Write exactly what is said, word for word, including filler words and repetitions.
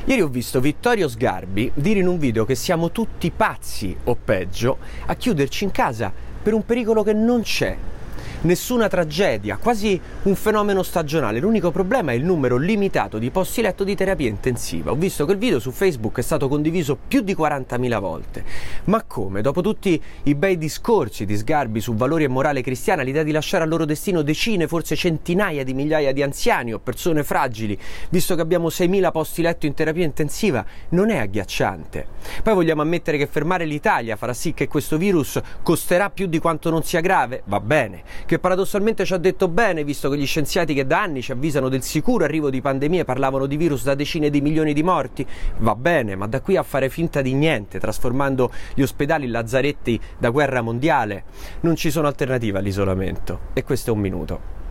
Ieri ho visto Vittorio Sgarbi dire in un video che siamo tutti pazzi o peggio a chiuderci in casa per un pericolo che non c'è. Nessuna tragedia, quasi un fenomeno stagionale. L'unico problema è il numero limitato di posti letto di terapia intensiva. Ho visto che il video su Facebook è stato condiviso più di quarantamila volte. Ma come? Dopo tutti i bei discorsi di Sgarbi su valori e morale cristiana, l'idea di lasciare al loro destino decine, forse centinaia di migliaia di anziani o persone fragili, visto che abbiamo seimila posti letto in terapia intensiva, non è agghiacciante. Poi vogliamo ammettere che fermare l'Italia farà sì che questo virus costerà più di quanto non sia grave? Va bene. Che paradossalmente ci ha detto bene, visto che gli scienziati che da anni ci avvisano del sicuro arrivo di pandemie parlavano di virus da decine di milioni di morti? Va bene, ma da qui a fare finta di niente, trasformando gli ospedali in lazzaretti da guerra mondiale, non ci sono alternative all'isolamento. E questo è un minuto.